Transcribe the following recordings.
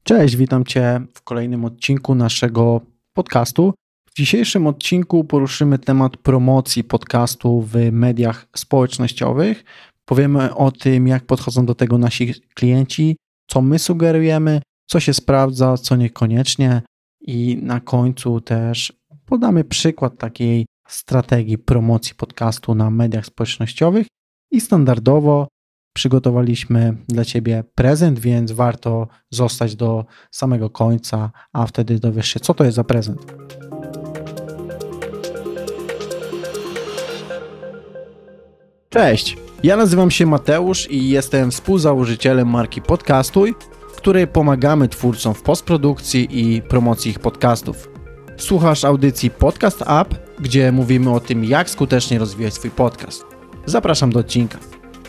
Cześć, witam Cię w kolejnym odcinku naszego podcastu. W dzisiejszym odcinku poruszymy temat promocji podcastu w mediach społecznościowych. Powiemy o tym, jak podchodzą do tego nasi klienci, co my sugerujemy, co się sprawdza, co niekoniecznie i na końcu też podamy przykład takiej strategii promocji podcastu na mediach społecznościowych i standardowo przygotowaliśmy dla Ciebie prezent, więc warto zostać do samego końca, a wtedy dowiesz się, co to jest za prezent. Cześć, ja nazywam się Mateusz i jestem współzałożycielem marki Podcastuj, w której pomagamy twórcom w postprodukcji i promocji ich podcastów. Słuchasz audycji Podcast App, gdzie mówimy o tym, jak skutecznie rozwijać swój podcast. Zapraszam do odcinka.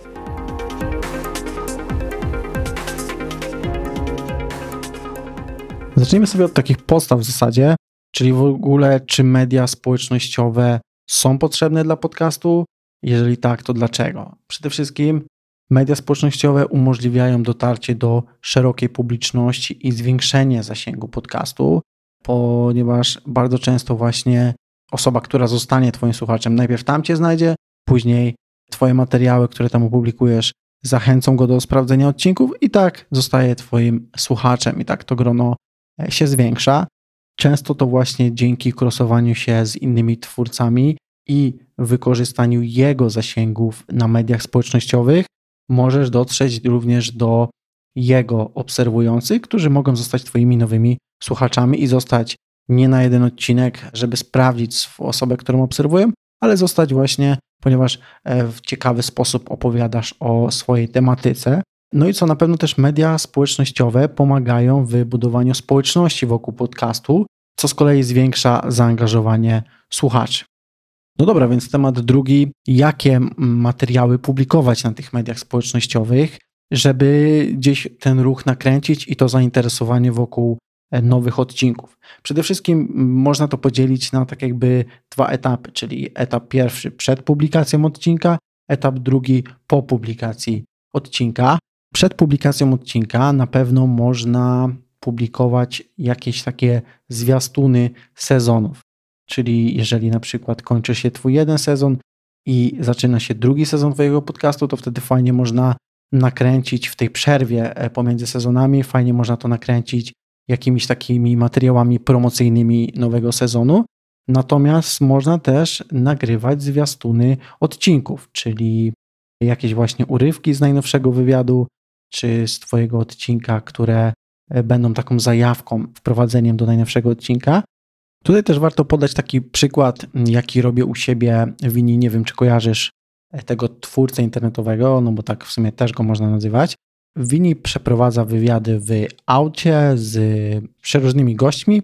Zacznijmy sobie od takich podstaw w zasadzie, czyli w ogóle czy media społecznościowe są potrzebne dla podcastu? Jeżeli tak, to dlaczego? Przede wszystkim media społecznościowe umożliwiają dotarcie do szerokiej publiczności i zwiększenie zasięgu podcastu, ponieważ bardzo często właśnie osoba, która zostanie Twoim słuchaczem, najpierw tam Cię znajdzie, później Twoje materiały, które tam opublikujesz, zachęcą go do sprawdzenia odcinków i tak zostaje Twoim słuchaczem i tak to grono się zwiększa. Często to właśnie dzięki krosowaniu się z innymi twórcami i wykorzystaniu jego zasięgów na mediach społecznościowych możesz dotrzeć również do jego obserwujących, którzy mogą zostać Twoimi nowymi słuchaczami i zostać nie na jeden odcinek, żeby sprawdzić osobę, którą obserwują, ale zostać właśnie, ponieważ w ciekawy sposób opowiadasz o swojej tematyce. No i co na pewno też media społecznościowe pomagają w budowaniu społeczności wokół podcastu, co z kolei zwiększa zaangażowanie słuchaczy. No dobra, więc temat drugi, jakie materiały publikować na tych mediach społecznościowych, żeby gdzieś ten ruch nakręcić i to zainteresowanie wokół nowych odcinków. Przede wszystkim można to podzielić na tak jakby dwa etapy, czyli etap pierwszy przed publikacją odcinka, etap drugi po publikacji odcinka. Przed publikacją odcinka na pewno można publikować jakieś takie zwiastuny sezonów, czyli jeżeli na przykład kończy się Twój jeden sezon i zaczyna się drugi sezon Twojego podcastu, to wtedy fajnie można nakręcić w tej przerwie pomiędzy sezonami, fajnie można to nakręcić jakimiś takimi materiałami promocyjnymi nowego sezonu. Natomiast można też nagrywać zwiastuny odcinków, czyli jakieś właśnie urywki z najnowszego wywiadu, czy z Twojego odcinka, które będą taką zajawką, wprowadzeniem do najnowszego odcinka. Tutaj też warto podać taki przykład, jaki robię u siebie w Wini. Nie wiem, czy kojarzysz tego twórcę internetowego, no bo tak w sumie też go można nazywać. Wini przeprowadza wywiady w aucie z przeróżnymi gośćmi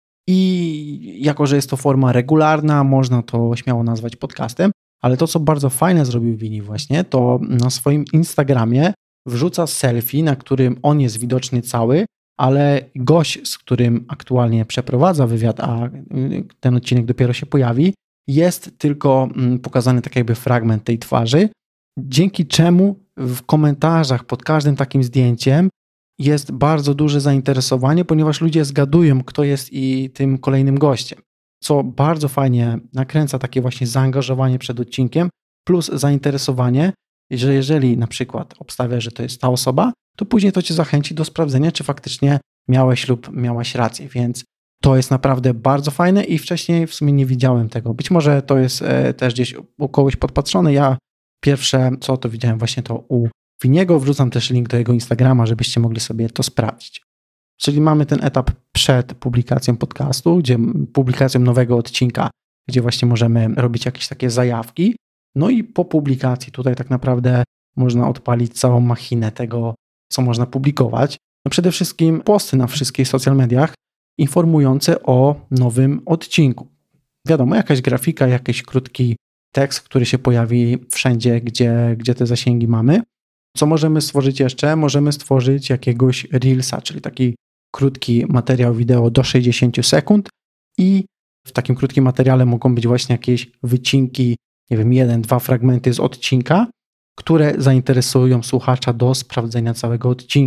i jako, że jest to forma regularna, można to śmiało nazwać podcastem, ale to, co bardzo fajne zrobił Wini właśnie, to na swoim Instagramie wrzuca selfie, na którym on jest widoczny cały, ale gość, z którym aktualnie przeprowadza wywiad, a ten odcinek dopiero się pojawi, jest tylko pokazany tak jakby fragment tej twarzy, dzięki czemu w komentarzach pod każdym takim zdjęciem jest bardzo duże zainteresowanie, ponieważ ludzie zgadują, kto jest i tym kolejnym gościem, co bardzo fajnie nakręca takie właśnie zaangażowanie przed odcinkiem, plus zainteresowanie, że jeżeli na przykład obstawiasz, że to jest ta osoba, to później to Cię zachęci do sprawdzenia, czy faktycznie miałeś lub miałaś rację, więc to jest naprawdę bardzo fajne i wcześniej w sumie nie widziałem tego. Być może to jest też gdzieś u kogoś podpatrzone. Ja pierwsze co to widziałem właśnie to u Winiego, wrzucam też link do jego Instagrama, żebyście mogli sobie to sprawdzić. Czyli mamy ten etap przed publikacją podcastu, gdzie publikacją nowego odcinka, gdzie właśnie możemy robić jakieś takie zajawki. No i po publikacji tutaj tak naprawdę można odpalić całą machinę tego, co można publikować. No przede wszystkim posty na wszystkich social mediach informujące o nowym odcinku. Wiadomo, jakaś grafika, jakiś krótki tekst, który się pojawi wszędzie, gdzie te zasięgi mamy. Co możemy stworzyć jeszcze? Możemy stworzyć jakiegoś Reelsa, czyli taki krótki materiał wideo do 60 sekund i w takim krótkim materiale mogą być właśnie jakieś wycinki, nie wiem, 1-2 fragmenty z odcinka, które zainteresują słuchacza do sprawdzenia całego odcinka.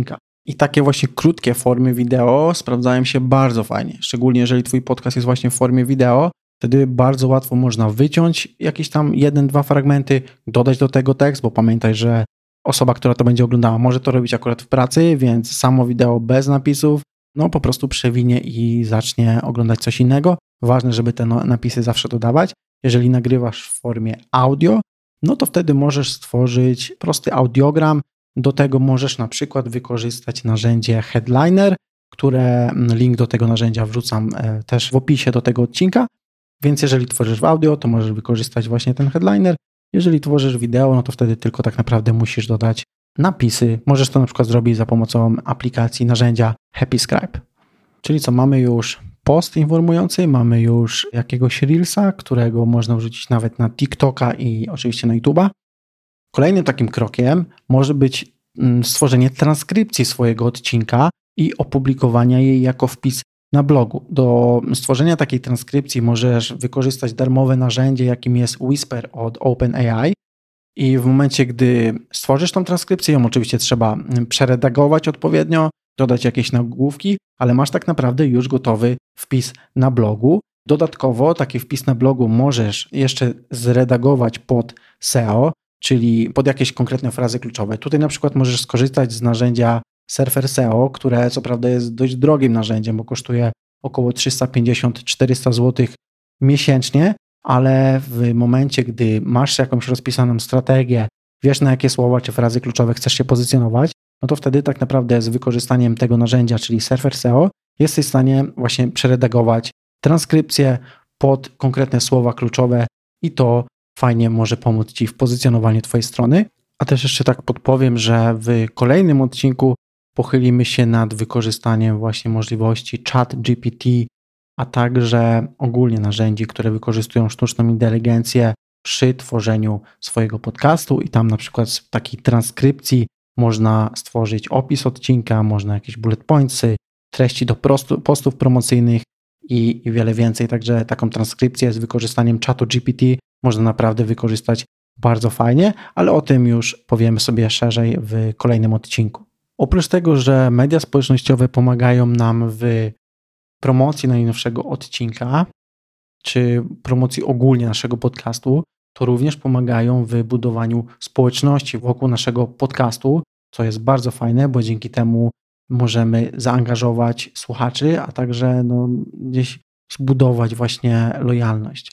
I takie właśnie krótkie formy wideo sprawdzają się bardzo fajnie, szczególnie jeżeli twój podcast jest właśnie w formie wideo, wtedy bardzo łatwo można wyciąć jakieś tam 1-2 fragmenty, dodać do tego tekst, bo pamiętaj, że osoba, która to będzie oglądała, może to robić akurat w pracy, więc samo wideo bez napisów, no po prostu przewinie i zacznie oglądać coś innego. Ważne, żeby te napisy zawsze dodawać. Jeżeli nagrywasz w formie audio, no to wtedy możesz stworzyć prosty audiogram. Do tego możesz na przykład wykorzystać narzędzie Headliner, które link do tego narzędzia wrzucam też w opisie do tego odcinka. Więc jeżeli tworzysz w audio, to możesz wykorzystać właśnie ten Headliner. Jeżeli tworzysz wideo, no to wtedy tylko tak naprawdę musisz dodać napisy. Możesz to na przykład zrobić za pomocą aplikacji narzędzia HappyScribe. Czyli co, mamy już post informujący, mamy już jakiegoś Reelsa, którego można wrzucić nawet na TikToka i oczywiście na YouTube'a. Kolejnym takim krokiem może być stworzenie transkrypcji swojego odcinka i opublikowania jej jako wpis na blogu. Do stworzenia takiej transkrypcji możesz wykorzystać darmowe narzędzie, jakim jest Whisper od OpenAI. I w momencie, gdy stworzysz tą transkrypcję, ją oczywiście trzeba przeredagować odpowiednio, dodać jakieś nagłówki, ale masz tak naprawdę już gotowy wpis na blogu. Dodatkowo taki wpis na blogu możesz jeszcze zredagować pod SEO, czyli pod jakieś konkretne frazy kluczowe. Tutaj na przykład możesz skorzystać z narzędzia Surfer SEO, które co prawda jest dość drogim narzędziem, bo kosztuje około 350-400 zł miesięcznie, ale w momencie, gdy masz jakąś rozpisaną strategię, wiesz na jakie słowa czy frazy kluczowe chcesz się pozycjonować, no to wtedy tak naprawdę z wykorzystaniem tego narzędzia, czyli Surfer SEO, jesteś w stanie właśnie przeredagować transkrypcję pod konkretne słowa kluczowe i to fajnie może pomóc Ci w pozycjonowaniu Twojej strony. A też jeszcze tak podpowiem, że w kolejnym odcinku pochylimy się nad wykorzystaniem właśnie możliwości ChatGPT, a także ogólnie narzędzi, które wykorzystują sztuczną inteligencję przy tworzeniu swojego podcastu i tam na przykład z takiej transkrypcji można stworzyć opis odcinka, można jakieś bullet pointsy, treści do postów promocyjnych i wiele więcej. Także taką transkrypcję z wykorzystaniem czatu GPT można naprawdę wykorzystać bardzo fajnie, ale o tym już powiemy sobie szerzej w kolejnym odcinku. Oprócz tego, że media społecznościowe pomagają nam w promocji najnowszego odcinka, czy promocji ogólnie naszego podcastu, to również pomagają w budowaniu społeczności wokół naszego podcastu, co jest bardzo fajne, bo dzięki temu możemy zaangażować słuchaczy, a także gdzieś zbudować właśnie lojalność.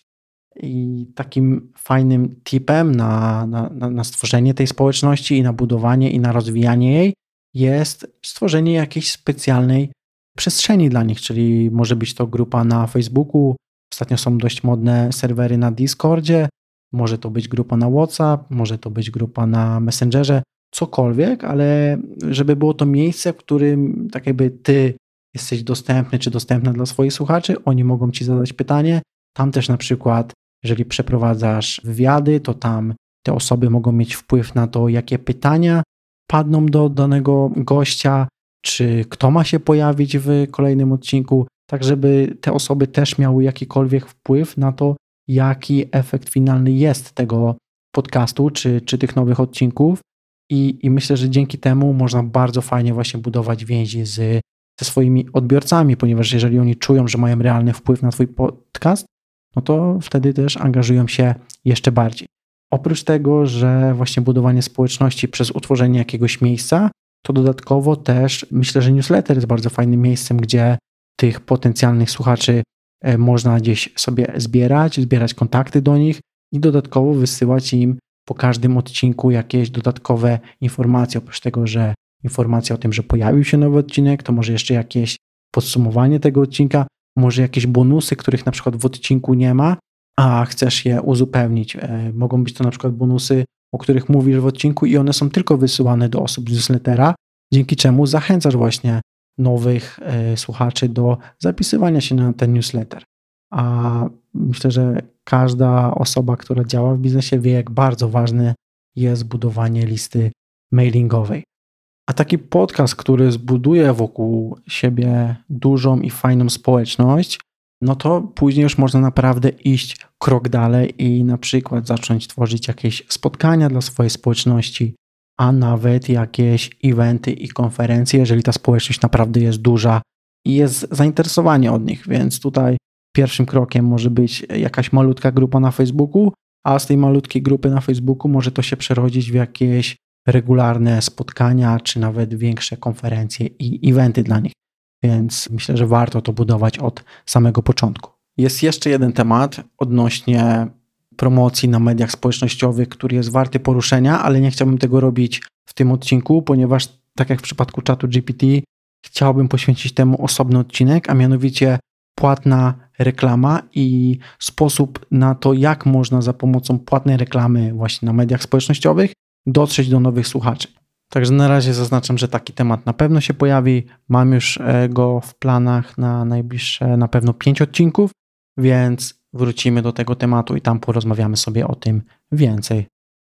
I takim fajnym tipem na stworzenie tej społeczności i na budowanie i na rozwijanie jej jest stworzenie jakiejś specjalnej przestrzeni dla nich, czyli może być to grupa na Facebooku, ostatnio są dość modne serwery na Discordzie, może to być grupa na WhatsApp, może to być grupa na Messengerze, cokolwiek, ale żeby było to miejsce, w którym tak jakby ty jesteś dostępny czy dostępna dla swoich słuchaczy, oni mogą ci zadać pytanie, tam też na przykład jeżeli przeprowadzasz wywiady, to tam te osoby mogą mieć wpływ na to, jakie pytania padną do danego gościa, czy kto ma się pojawić w kolejnym odcinku, tak żeby te osoby też miały jakikolwiek wpływ na to, jaki efekt finalny jest tego podcastu, czy tych nowych odcinków. I myślę, że dzięki temu można bardzo fajnie właśnie budować więzi ze swoimi odbiorcami, ponieważ jeżeli oni czują, że mają realny wpływ na twój podcast, no to wtedy też angażują się jeszcze bardziej. Oprócz tego, że właśnie budowanie społeczności przez utworzenie jakiegoś miejsca, to dodatkowo też myślę, że newsletter jest bardzo fajnym miejscem, gdzie tych potencjalnych słuchaczy można gdzieś sobie zbierać kontakty do nich i dodatkowo wysyłać im po każdym odcinku jakieś dodatkowe informacje. Oprócz tego, że informacja o tym, że pojawił się nowy odcinek, to może jeszcze jakieś podsumowanie tego odcinka, może jakieś bonusy, których na przykład w odcinku nie ma, a chcesz je uzupełnić. Mogą być to na przykład bonusy, o których mówisz w odcinku i one są tylko wysyłane do osób z newslettera, dzięki czemu zachęcasz właśnie nowych słuchaczy do zapisywania się na ten newsletter. A myślę, że każda osoba, która działa w biznesie, wie, jak bardzo ważne jest budowanie listy mailingowej. A taki podcast, który zbuduje wokół siebie dużą i fajną społeczność, no to później już można naprawdę iść krok dalej i na przykład zacząć tworzyć jakieś spotkania dla swojej społeczności, a nawet jakieś eventy i konferencje, jeżeli ta społeczność naprawdę jest duża i jest zainteresowanie od nich, więc tutaj pierwszym krokiem może być jakaś malutka grupa na Facebooku, a z tej malutkiej grupy na Facebooku może to się przerodzić w jakieś regularne spotkania, czy nawet większe konferencje i eventy dla nich. Więc myślę, że warto to budować od samego początku. Jest jeszcze jeden temat odnośnie promocji na mediach społecznościowych, który jest warty poruszenia, ale nie chciałbym tego robić w tym odcinku, ponieważ tak jak w przypadku ChatGPT, chciałbym poświęcić temu osobny odcinek, a mianowicie płatna reklama i sposób na to, jak można za pomocą płatnej reklamy właśnie na mediach społecznościowych dotrzeć do nowych słuchaczy. Także na razie zaznaczam, że taki temat na pewno się pojawi. Mam już go w planach na najbliższe na pewno 5 odcinków, więc wrócimy do tego tematu i tam porozmawiamy sobie o tym więcej.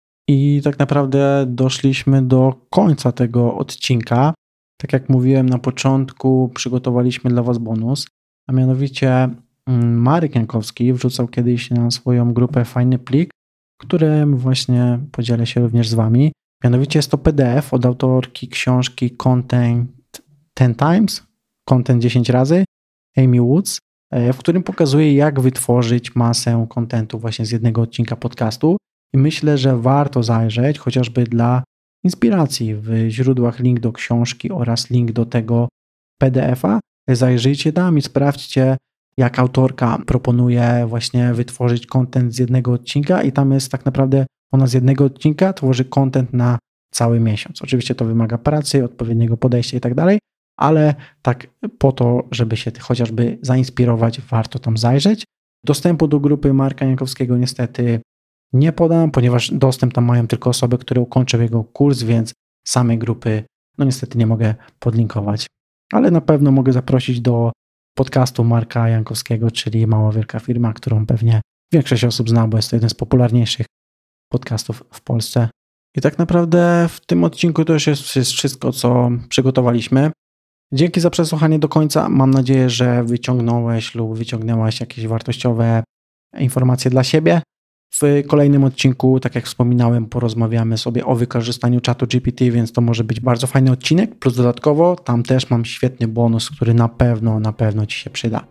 I tak naprawdę doszliśmy do końca tego odcinka. Tak jak mówiłem na początku, przygotowaliśmy dla Was bonus, a mianowicie Marek Jankowski wrzucał kiedyś na swoją grupę fajny plik, którym właśnie podzielę się również z Wami. Mianowicie jest to PDF od autorki książki Content 10 Times, Content 10 razy, Amy Woods, w którym pokazuje, jak wytworzyć masę kontentu właśnie z jednego odcinka podcastu. I myślę, że warto zajrzeć chociażby dla inspiracji w źródłach link do książki oraz link do tego PDF-a. Zajrzyjcie tam i sprawdźcie, jak autorka proponuje właśnie wytworzyć content z jednego odcinka i tam jest tak naprawdę ona z jednego odcinka tworzy content na cały miesiąc. Oczywiście to wymaga pracy, odpowiedniego podejścia i tak dalej, ale tak po to, żeby się chociażby zainspirować, warto tam zajrzeć. Dostępu do grupy Marka Jankowskiego niestety nie podam, ponieważ dostęp tam mają tylko osoby, które ukończą jego kurs, więc samej grupy no niestety nie mogę podlinkować. Ale na pewno mogę zaprosić do podcastu Marka Jankowskiego, czyli Mała Wielka Firma, którą pewnie większość osób zna, bo jest to jeden z popularniejszych podcastów w Polsce. I tak naprawdę w tym odcinku to już jest wszystko, co przygotowaliśmy. Dzięki za przesłuchanie do końca. Mam nadzieję, że wyciągnąłeś lub wyciągnęłaś jakieś wartościowe informacje dla siebie. W kolejnym odcinku, tak jak wspominałem, porozmawiamy sobie o wykorzystaniu ChatGPT, więc to może być bardzo fajny odcinek, plus dodatkowo tam też mam świetny bonus, który na pewno Ci się przyda.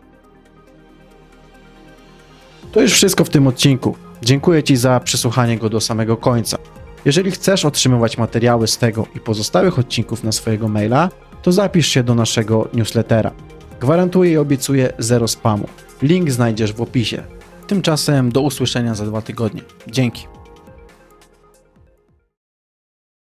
To już wszystko w tym odcinku. Dziękuję Ci za przesłuchanie go do samego końca. Jeżeli chcesz otrzymywać materiały z tego i pozostałych odcinków na swojego maila, to zapisz się do naszego newslettera. Gwarantuję i obiecuję 0 spamu. Link znajdziesz w opisie. Tymczasem do usłyszenia za 2 tygodnie. Dzięki.